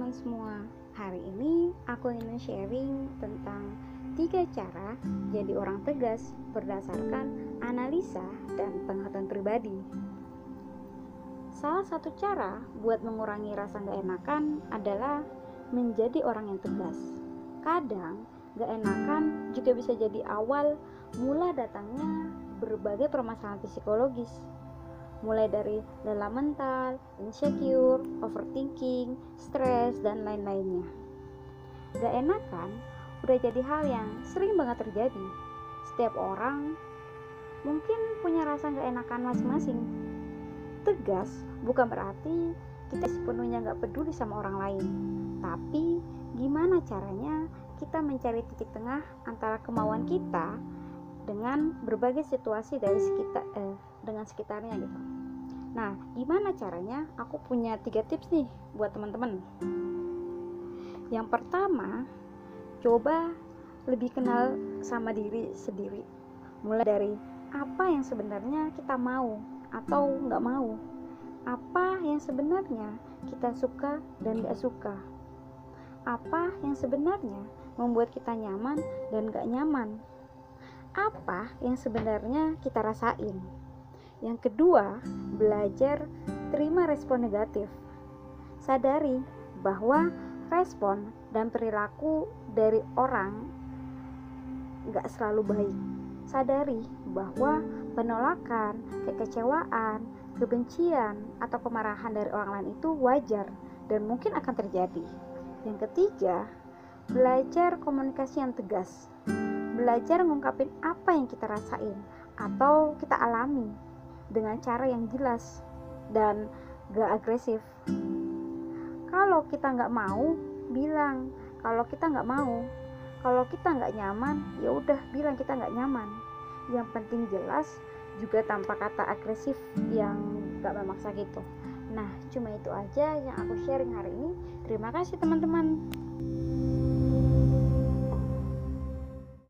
teman-teman semua. Hari ini aku ingin sharing tentang 3 cara jadi orang tegas berdasarkan analisa dan pengetahuan pribadi. Salah satu cara buat mengurangi rasa gak enakan adalah menjadi orang yang tegas. Kadang gak enakan juga bisa jadi awal mula datangnya berbagai permasalahan psikologis, mulai dari lelah mental, insecure, overthinking, stres, dan lain-lainnya. Gak enakan udah jadi hal yang sering banget terjadi. Setiap orang mungkin punya rasa gak enakan masing-masing. Tegas bukan berarti kita sepenuhnya gak peduli sama orang lain, tapi gimana caranya kita mencari titik tengah antara kemauan kita dengan berbagai situasi dari dengan sekitarnya gitu. Nah, gimana caranya? Aku punya 3 tips nih buat teman-teman. Yang pertama, coba lebih kenal sama diri sendiri. Mulai dari apa yang sebenarnya kita mau atau nggak mau, apa yang sebenarnya kita suka dan nggak suka, apa yang sebenarnya membuat kita nyaman dan nggak nyaman, apa yang sebenarnya kita rasain. Yang kedua, belajar terima respon negatif. Sadari bahwa respon dan perilaku dari orang gak selalu baik. Sadari bahwa penolakan, kekecewaan, kebencian, atau kemarahan dari orang lain itu wajar dan mungkin akan terjadi. Yang ketiga, belajar komunikasi yang tegas. Belajar ngungkapin apa yang kita rasain atau kita alami dengan cara yang jelas dan gak agresif. Kalau kita gak mau, bilang. Kalau kita gak mau, kalau kita gak nyaman, ya udah bilang kita gak nyaman. Yang penting jelas, juga tanpa kata agresif yang gak memaksa gitu. Nah, cuma itu aja yang aku sharing hari ini. Terima kasih teman-teman.